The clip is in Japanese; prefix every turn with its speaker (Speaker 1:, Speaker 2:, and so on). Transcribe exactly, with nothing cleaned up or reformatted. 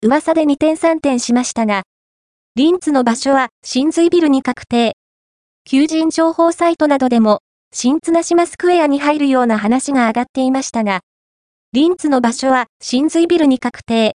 Speaker 1: 噂でにてんさんてんしましたが、リンツの場所は新髄ビルに確定。求人情報サイトなどでも、新綱島スクエアに入るような話が上がっていましたが、リンツの場所は新髄ビルに確定。